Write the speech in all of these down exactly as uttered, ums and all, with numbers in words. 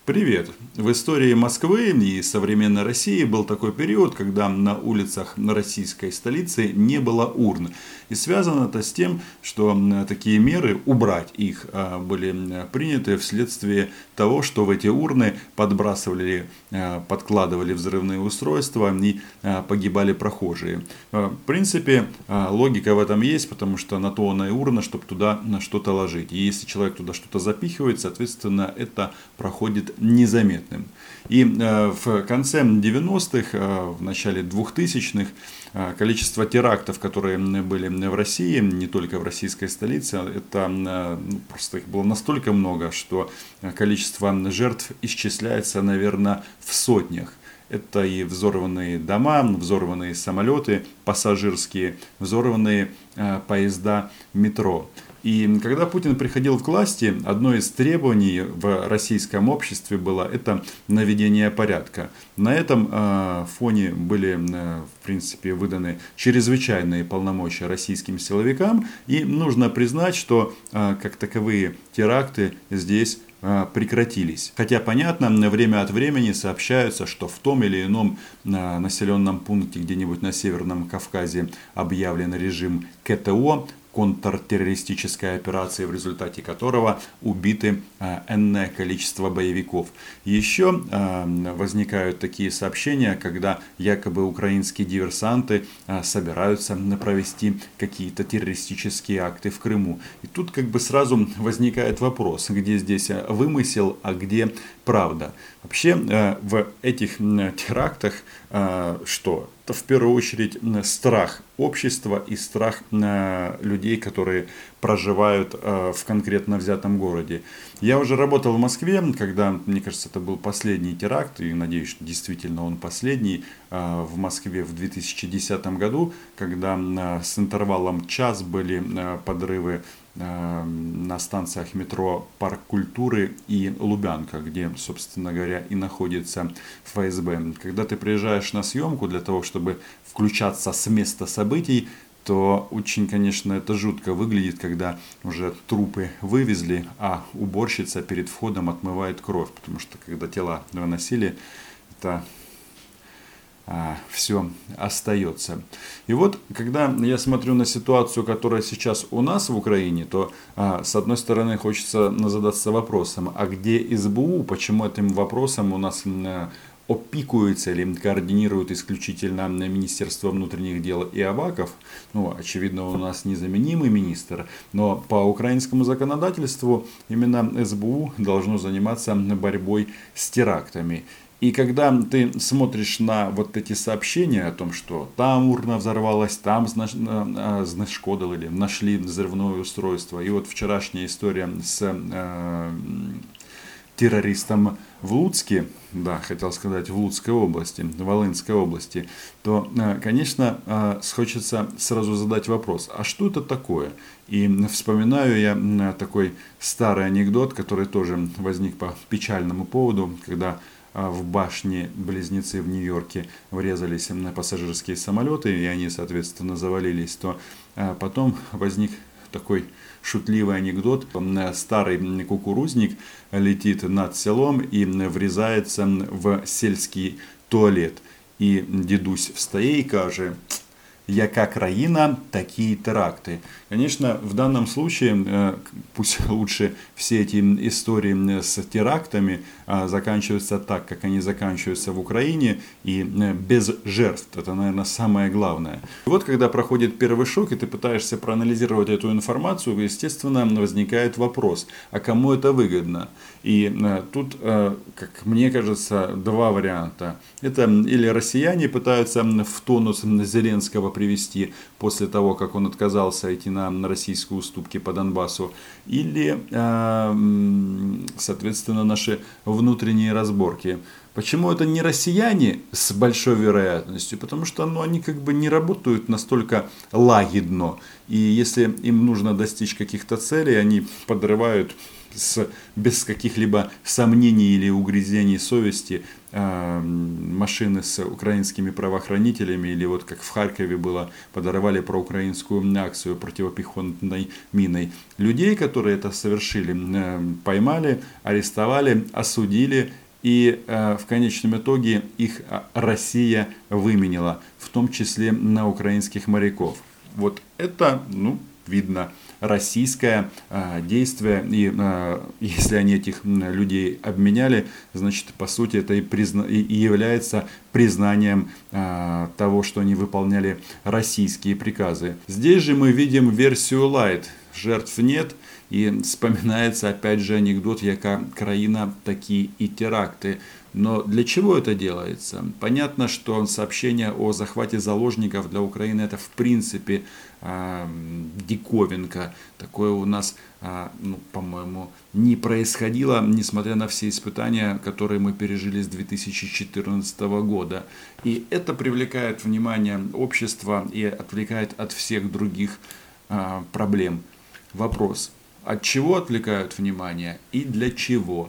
Привет! В истории Москвы и современной России был такой период, когда на улицах российской столицы не было урн. И связано это с тем, что такие меры, убрать их, были приняты вследствие того, что в эти урны подбрасывали, подкладывали взрывные устройства и погибали прохожие. В принципе, логика в этом есть, потому что на то она и урна, чтобы туда что-то ложить. И если человек туда что-то запихивает, соответственно, это проходит незаметным. И э, в конце девяностых, э, в начале двухтысячных э, количество терактов, которые были в России, не только в российской столице, это э, просто их было настолько много, что количество жертв исчисляется, наверное, в сотнях. Это и взорванные дома, взорванные самолеты пассажирские, взорванные э, поезда метро. И когда Путин приходил к власти, одно из требований в российском обществе было это наведение порядка. На этом э, фоне были, э, в принципе, выданы чрезвычайные полномочия российским силовикам. И нужно признать, что э, как таковые теракты здесь прекратились. Хотя, понятно, время от времени сообщаются, что в том или ином населенном пункте где-нибудь на Северном Кавказе объявлен режим ка тэ о, контртеррористическая операция, в результате которого убиты энное количество боевиков. Еще возникают такие сообщения, когда якобы украинские диверсанты собираются провести какие-то террористические акты в Крыму. И тут как бы сразу возникает вопрос, где здесь вымысел, а где правда. Вообще в этих терактах что? Это в первую очередь страх общества и страх людей, которые проживают в конкретно взятом городе. Я уже работал в Москве, когда, мне кажется, это был последний теракт, и надеюсь, что действительно он последний, в Москве в две тысячи десятом году, когда с интервалом час были подрывы на станциях метро Парк культуры и Лубянка, где, собственно говоря, и находится эф эс бэ. Когда ты приезжаешь на съемку для того, чтобы включаться с места событий, то очень, конечно, это жутко выглядит, когда уже трупы вывезли, а уборщица перед входом отмывает кровь, потому что когда тела выносили, это все остается. И вот, когда я смотрю на ситуацию, которая сейчас у нас в Украине, то, с одной стороны, хочется задаться вопросом, а где эс бэ у, почему этим вопросом у нас опикуется или координирует исключительно Министерство внутренних дел и Аваков. Ну, очевидно, у нас незаменимый министр, но по украинскому законодательству именно эс бэ у должно заниматься борьбой с терактами. И когда ты смотришь на вот эти сообщения о том, что там урна взорвалась, там знешкодили, нашли взрывное устройство. И вот вчерашняя история с э, террористом в Луцке, да, хотел сказать в Луцкой области, в Волынской области, то, конечно, хочется сразу задать вопрос, а что это такое? И вспоминаю я такой старый анекдот, который тоже возник по печальному поводу, когда в башне близнецы в Нью-Йорке врезались на пассажирские самолеты, и они, соответственно, завалились, то потом возник такой шутливый анекдот. Старый кукурузник летит над селом и врезается в сельский туалет. И дідусь встає і каже: яка країна, такі и теракты. Конечно, в данном случае, пусть лучше все эти истории с терактами заканчиваются так, как они заканчиваются в Украине, и без жертв. Это, наверное, самое главное. И вот, когда проходит первый шок, и ты пытаешься проанализировать эту информацию, естественно, возникает вопрос, а кому это выгодно? И тут, как мне кажется, два варианта. Это или россияне пытаются в тонус Зеленского привести после того, как он отказался идти на российские уступки по Донбассу, или, соответственно, наши внутренние разборки. Почему это не россияне с большой вероятностью? Потому что ну, они как бы не работают настолько лагидно. И если им нужно достичь каких-то целей, они подрывают с, без каких-либо сомнений или угрызений совести машины с украинскими правоохранителями, или вот как в Харькове было, подорвали проукраинскую акцию противопехотной миной. Людей, которые это совершили, поймали, арестовали, осудили, и в конечном итоге их Россия выменила, в том числе на украинских моряков. Вот это, ну, видно, российское э, действие, и э, если они этих людей обменяли, значит, по сути, это и, призна... и является признанием э, того, что они выполняли российские приказы. Здесь же мы видим версию light, жертв нет, и вспоминается опять же анекдот, яка країна, такие и теракты. Но для чего это делается? Понятно, что сообщение о захвате заложников для Украины это в принципе э, диковинка. Такое у нас, э, ну, по-моему, не происходило, несмотря на все испытания, которые мы пережили с две тысячи четырнадцатого года. И это привлекает внимание общества и отвлекает от всех других э, проблем. Вопрос: от чего отвлекают внимание и для чего?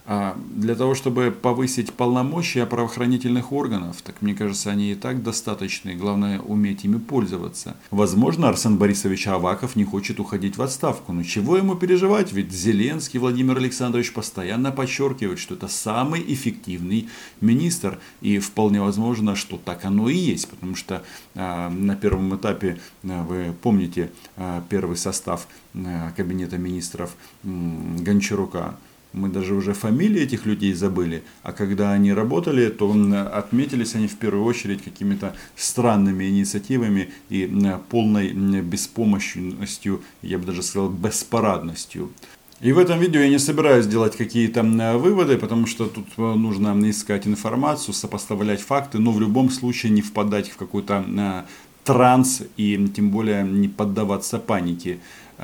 Для того, чтобы повысить полномочия правоохранительных органов, так мне кажется, они и так достаточны, главное уметь ими пользоваться. Возможно, Арсен Борисович Аваков не хочет уходить в отставку, но чего ему переживать, ведь Зеленский Владимир Александрович постоянно подчеркивает, что это самый эффективный министр, и вполне возможно, что так оно и есть, потому что э, на первом этапе, э, вы помните, э, первый состав э, кабинета министров э, Гончарука. Мы даже уже фамилии этих людей забыли, а когда они работали, то отметились они в первую очередь какими-то странными инициативами и полной беспомощностью, я бы даже сказал, беспарадностью. И в этом видео я не собираюсь делать какие-то выводы, потому что тут нужно искать информацию, сопоставлять факты, но в любом случае не впадать в какой-то транс и тем более не поддаваться панике.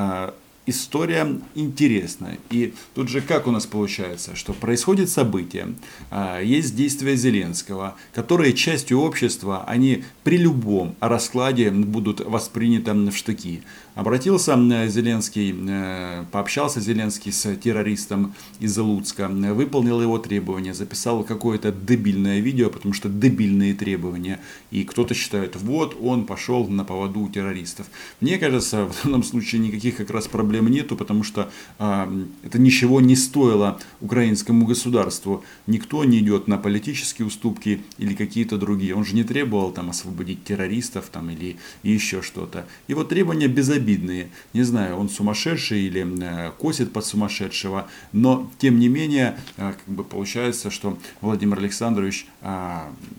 История интересная. И тут же как у нас получается, что происходит событие, есть действия Зеленского, которые частью общества, они при любом раскладе будут восприняты в штыки. Обратился Зеленский, пообщался Зеленский с террористом из Луцка, выполнил его требования, записал какое-то дебильное видео, потому что дебильные требования. И кто-то считает, вот он пошел на поводу у террористов. Мне кажется, в данном случае никаких как раз проблем нету, потому что а, это ничего не стоило украинскому государству. Никто не идет на политические уступки или какие-то другие. Он же не требовал там освободить террористов там, или еще что-то. Его требования безобидные. Обидные. Не знаю, он сумасшедший или э, косит под сумасшедшего, но тем не менее, э, как бы получается, что Владимир Александрович э,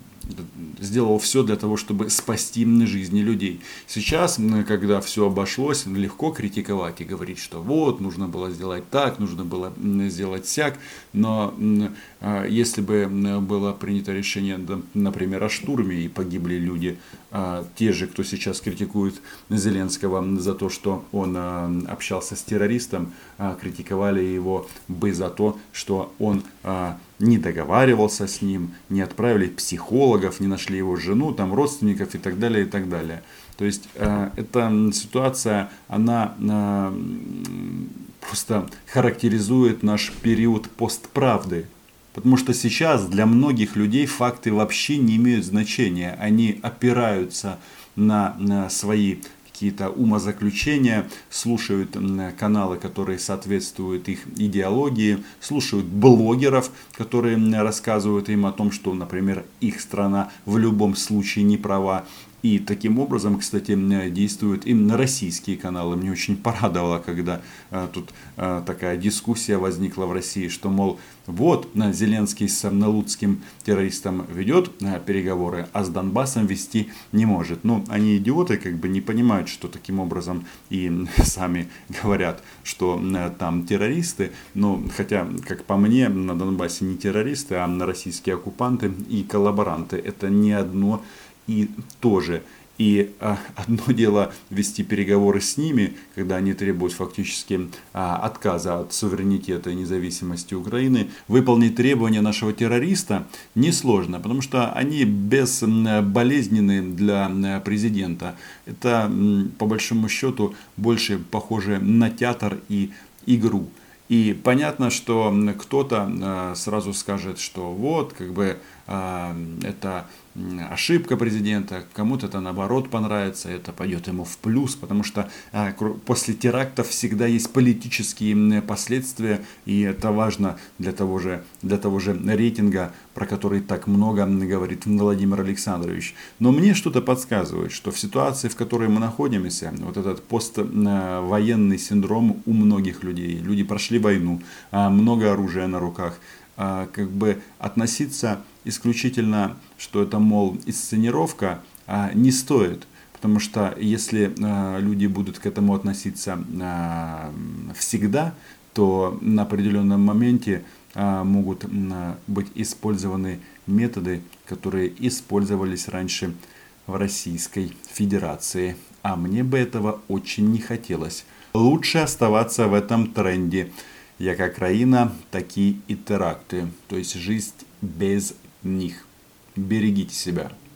сделал все для того, чтобы спасти жизни людей. Сейчас, когда все обошлось, легко критиковать и говорить, что вот, нужно было сделать так, нужно было сделать сяк, но если бы было принято решение, например, о штурме и погибли люди, те же, кто сейчас критикует Зеленского за то, что он общался с террористом, критиковали его бы за то, что он не договаривался с ним, не отправили психологов, не нашли его жену, там, родственников и так далее, и так далее. То есть э, эта ситуация, она э, просто характеризует наш период постправды. Потому что сейчас для многих людей факты вообще не имеют значения. Они опираются на, на свои какие-то умозаключения, слушают каналы, которые соответствуют их идеологии, слушают блогеров, которые рассказывают им о том, что, например, их страна в любом случае не права. И таким образом, кстати, действуют именно российские каналы. Мне очень порадовало, когда а, тут а, такая дискуссия возникла в России, что, мол, вот Зеленский с луцким террористом ведет а, переговоры, а с Донбассом вести не может. Ну, они идиоты, как бы не понимают, что таким образом и сами говорят, что а, там террористы. Но, хотя, как по мне, на Донбассе не террористы, а российские оккупанты и коллаборанты. Это не одно и тоже. И а, одно дело вести переговоры с ними, когда они требуют фактически а, отказа от суверенитета и независимости Украины. Выполнить требования нашего террориста несложно, потому что они безболезненны для президента. Это по большому счету больше похоже на театр и игру. И понятно, что кто-то э, сразу скажет, что вот, как бы э, это ошибка президента, кому-то это наоборот понравится, это пойдет ему в плюс, потому что э, после терактов всегда есть политические последствия, и это важно для того же, для того же рейтинга, про который так много говорит Владимир Александрович. Но мне что-то подсказывает, что в ситуации, в которой мы находимся, вот этот поствоенный синдром у многих людей, люди прошли войну, много оружия на руках, как бы относиться исключительно, что это, мол, инсценировка, не стоит. Потому что если люди будут к этому относиться всегда, то на определенном моменте могут быть использованы методы, которые использовались раньше в Российской Федерации. А мне бы этого очень не хотелось. Лучше оставаться в этом тренде. Яка країна, такі і теракти. То есть жизнь без них. Берегите себя.